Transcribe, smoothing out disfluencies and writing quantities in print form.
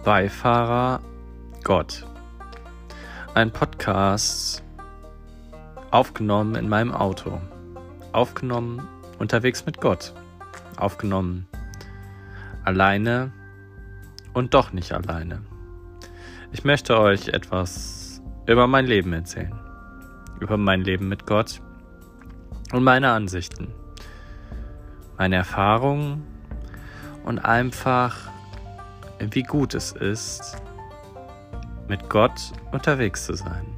Beifahrer Gott. Ein Podcast aufgenommen in meinem Auto. Aufgenommen unterwegs mit Gott. Aufgenommen alleine und doch nicht alleine. Ich möchte euch etwas über mein Leben erzählen. Über mein Leben mit Gott und meine Ansichten. Meine Erfahrungen und einfach, wie gut es ist, mit Gott unterwegs zu sein.